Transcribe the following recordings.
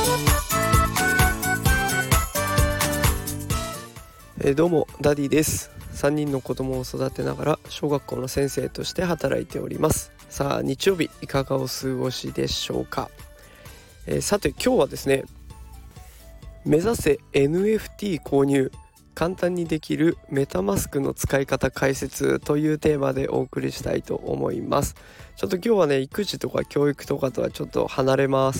どうもダディです。3人の子供を育てながら小学校の先生として働いております。さあ日曜日いかがお過ごしでしょうか。さて今日はですね、目指せ NFT 購入簡単にできるメタマスクの使い方解説というテーマでお送りしたいと思います。ちょっと今日はね、育児とか教育とかとはちょっと離れます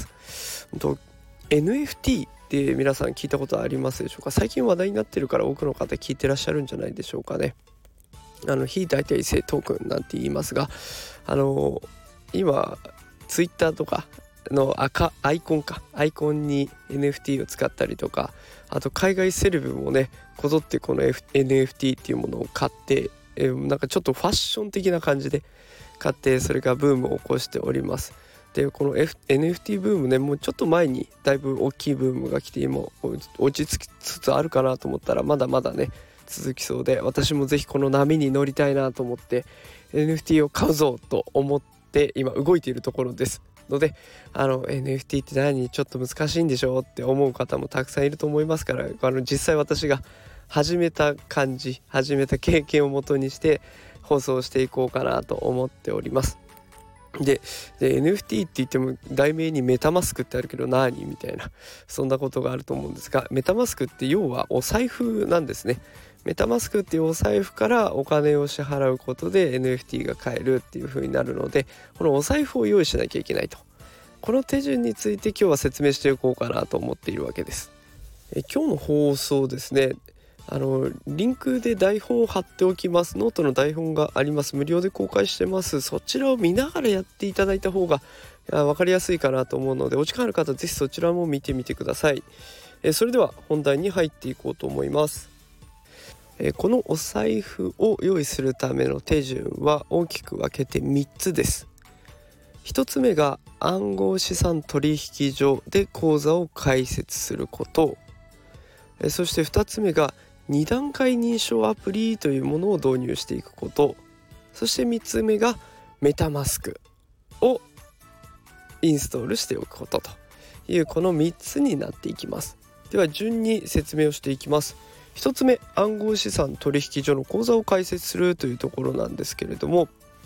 。NFT って皆さん聞いたことありますでしょうか。最近話題になってるから多くの方聞いてらっしゃるんじゃないでしょうかね。非代替性トークンなんて言いますが、今ツイッターとかのアイコンに NFT を使ったりとか、あと海外セレブもねこぞってこの、NFT っていうものを買って、なんかちょっとファッション的な感じで買って、それがブームを起こしております。でこの、NFT ブームね、もうちょっと前にだいぶ大きいブームが来て今落ち着きつつあるかなと思ったら、まだまだね続きそうで、私もぜひこの波に乗りたいなと思って NFT を買うぞと思って今動いているところですので、NFT って何、ちょっと難しいんでしょうって思う方もたくさんいると思いますから、実際私が始めた経験をもとにして放送していこうかなと思っております。で NFT って言っても題名にメタマスクってあるけど何みたいな、そんなことがあると思うんですが、メタマスクって要はお財布なんですね。メタマスクっていうお財布からお金を支払うことで NFT が買えるっていう風になるので、このお財布を用意しなきゃいけないと。この手順について今日は説明していこうかなと思っているわけです。今日の放送ですね、リンクで台本を貼っておきます。ノートの台本があります。無料で公開してます。そちらを見ながらやっていただいた方が分かりやすいかなと思うので、お時間ある方ぜひそちらも見てみてください。それでは本題に入っていこうと思います。このお財布を用意するための手順は大きく分けて3つです。1つ目が暗号資産取引所で口座を開設すること、そして2つ目が2段階認証アプリというものを導入していくこと、そして3つ目がメタマスクをインストールしておくことという、この3つになっていきます。では順に説明をしていきます。1つ目、暗号資産取引所の口座を開設するというところなんですけれども、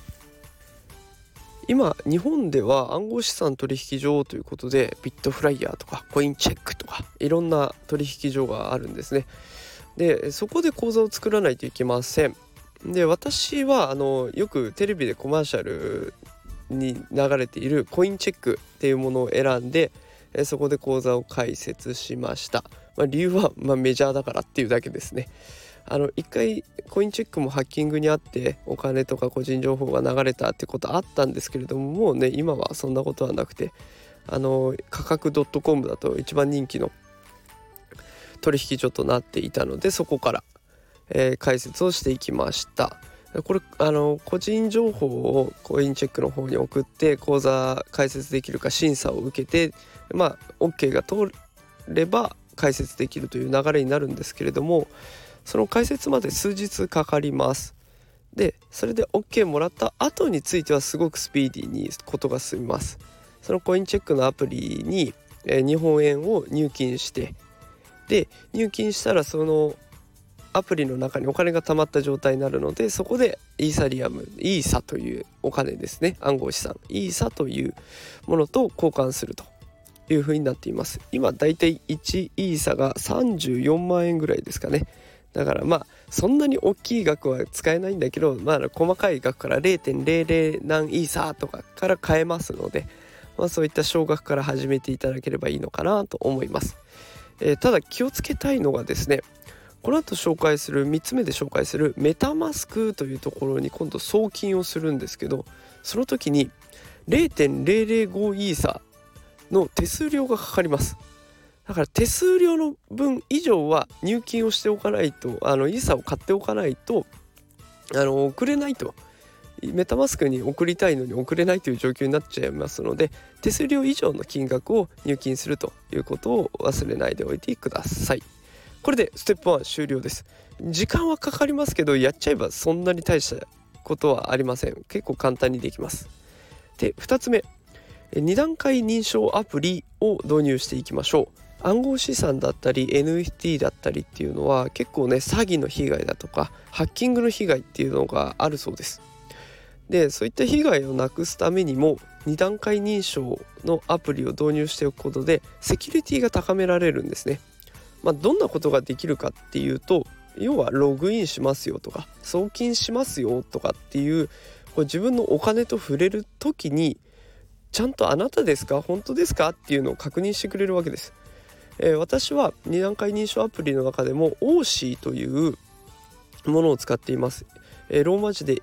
今日本では暗号資産取引所ということでビットフライヤーとかコインチェックとかいろんな取引所があるんですね。でそこで口座を作らないといけません。で私はよくテレビでコマーシャルに流れているコインチェックっていうものを選んで、そこで口座を開設しました。理由はメジャーだからっていうだけですね。一回コインチェックもハッキングにあってお金とか個人情報が流れたってことあったんですけれども、もうね今はそんなことはなくて、価格 .com だと一番人気の取引所となっていたので、そこから、解説をしていきました。これ個人情報をコインチェックの方に送って口座開設できるか審査を受けて、OK が通れば開設できるという流れになるんですけれども、その開設まで数日かかります。でそれで OK もらった後についてはすごくスピーディーにことが進みます。そのコインチェックのアプリに、日本円を入金して、で入金したらそのアプリの中にお金が溜まった状態になるので、そこでイーサというお金ですね、暗号資産イーサというものと交換するという風になっています。今だいたい1イーサが34万円ぐらいですかね。だからそんなに大きい額は使えないんだけど、細かい額から 0.00 何イーサとかから買えますので、そういった少額から始めていただければいいのかなと思います。ただ気をつけたいのがですね、この後3つ目で紹介するメタマスクというところに今度送金をするんですけど、その時に 0.005 イーサの手数料がかかります。だから手数料の分以上は入金をしておかないと、イーサを買っておかないと送れないと、メタマスクに送りたいのに送れないという状況になっちゃいますので、手数料以上の金額を入金するということを忘れないでおいてください。これでステップ1終了です。時間はかかりますけど、やっちゃえばそんなに大したことはありません。結構簡単にできます。で2つ目、 2段階認証アプリを導入していきましょう。暗号資産だったり NFT だったりっていうのは結構ね、詐欺の被害だとかハッキングの被害っていうのがあるそうです。でそういった被害をなくすためにも2段階認証のアプリを導入しておくことでセキュリティが高められるんですね。どんなことができるかっていうと、要はログインしますよとか送金しますよとかっていう、自分のお金と触れる時にちゃんとあなたですか本当ですかっていうのを確認してくれるわけです。私は2段階認証アプリの中でも OC というものを使っています。ローマ字で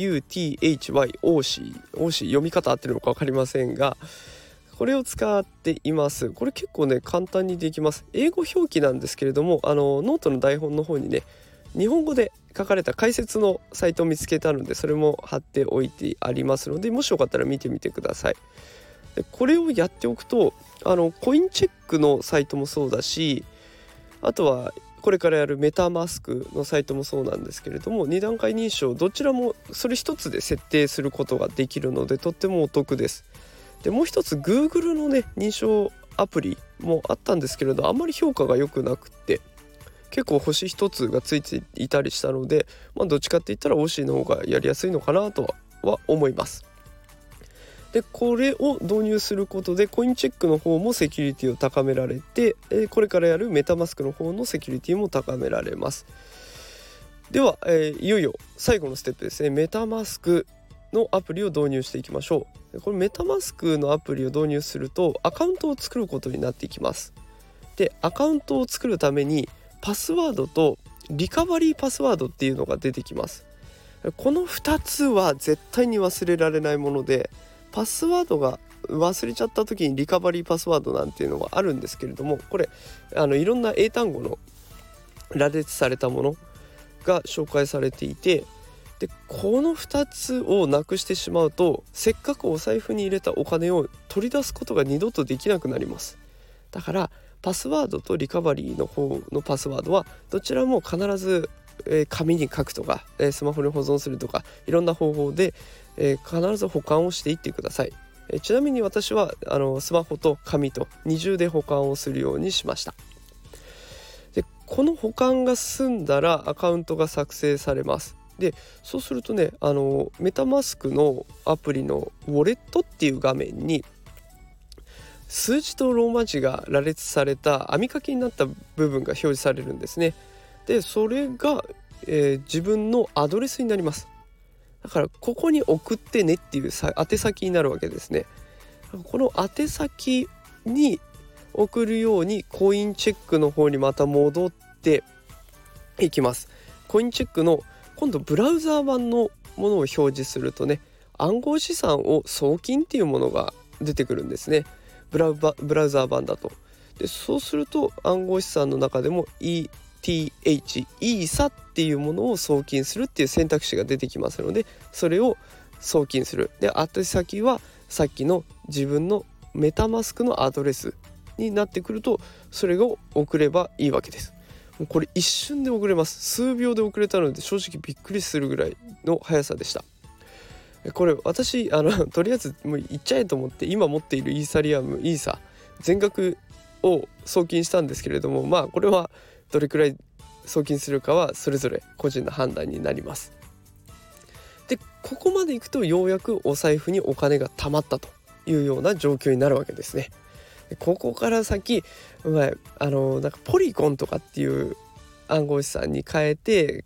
AUTHY、OC 読み方合ってるのか分かりませんが、これを使っています。これ結構ね簡単にできます。英語表記なんですけれども、ノートの台本の方にね日本語で書かれた解説のサイトを見つけたので、それも貼っておいてありますので、もしよかったら見てみてください。でこれをやっておくとコインチェックのサイトもそうだし、あとはこれからやるメタマスクのサイトもそうなんですけれども、2段階認証どちらもそれ一つで設定することができるのでとってもお得です。でもう一つ Google のね認証アプリもあったんですけれど、あんまり評価が良くなくって結構星一つがついていたりしたので、どっちかって言ったら OC の方がやりやすいのかなとは思います。でこれを導入することでコインチェックの方もセキュリティを高められて、これからやるメタマスクの方のセキュリティも高められます。では、いよいよ最後のステップですね。メタマスクのアプリを導入していきましょう。これメタマスクのアプリを導入するとアカウントを作ることになっていきます。でアカウントを作るためにパスワードとリカバリーパスワードっていうのが出てきます。この2つは絶対に忘れられないもので、パスワードが忘れちゃった時にリカバリーパスワードなんていうのがあるんですけれども、これいろんな英単語の羅列されたものが紹介されていて、でこの2つをなくしてしまうとせっかくお財布に入れたお金を取り出すことが二度とできなくなります。だからパスワードとリカバリーの方のパスワードはどちらも必ず紙に書くとかスマホに保存するとかいろんな方法で必ず保管をしていってください。ちなみに私はスマホと紙と二重で保管をするようにしました。でこの保管が済んだらアカウントが作成されます。でそうするとねメタマスクのアプリのウォレットっていう画面に数字とローマ字が羅列された網書きになった部分が表示されるんですね。でそれが、自分のアドレスになります。だからここに送ってねっていう宛先になるわけですね。この宛先に送るようにコインチェックの方にまた戻っていきます。コインチェックの今度ブラウザー版のものを表示するとね、暗号資産を送金っていうものが出てくるんですね。ブラウザー版だと。でそうすると暗号資産の中でも ETH イーサっていうものを送金するっていう選択肢が出てきますので、それを送金する。で宛先はさっきの自分のメタマスクのアドレスになってくると、それを送ればいいわけです。もうこれ一瞬で送れます。数秒で送れたので正直びっくりするぐらいの速さでした。これ私とりあえずもう言っちゃえと思って今持っているイーサリアムイーサ全額を送金したんですけれども、これはどれくらい送金するかはそれぞれ個人の判断になります。でここまでいくとようやくお財布にお金が貯まったというような状況になるわけですね。でここから先、なんかポリゴンとかっていう暗号資産に変えて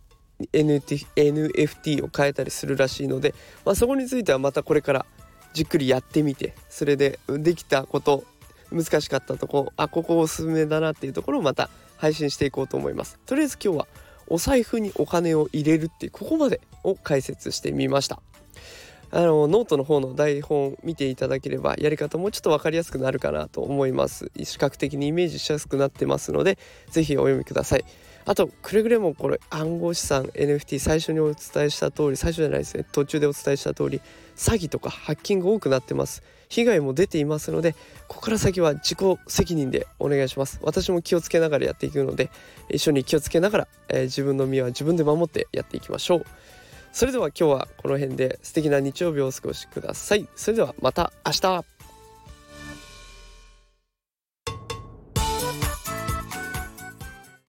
NFT を変えたりするらしいので、そこについてはまたこれからじっくりやってみて、それでできたこと難しかったとこここおすすめだなっていうところをまた配信していこうと思います。とりあえず今日はお財布にお金を入れるっていうここまでを解説してみました。ノートの方の台本見ていただければやり方もちょっと分かりやすくなるかなと思います。視覚的にイメージしやすくなってますのでぜひお読みください。あとくれぐれもこれ暗号資産 NFT 最初にお伝えした通り、最初じゃないですね、途中でお伝えした通り詐欺とかハッキング多くなってます。被害も出ていますので、ここから先は自己責任でお願いします。私も気をつけながらやっていくので一緒に気をつけながら、自分の身は自分で守ってやっていきましょう。それでは今日はこの辺で素敵な日曜日をお過ごしください。それではまた明日。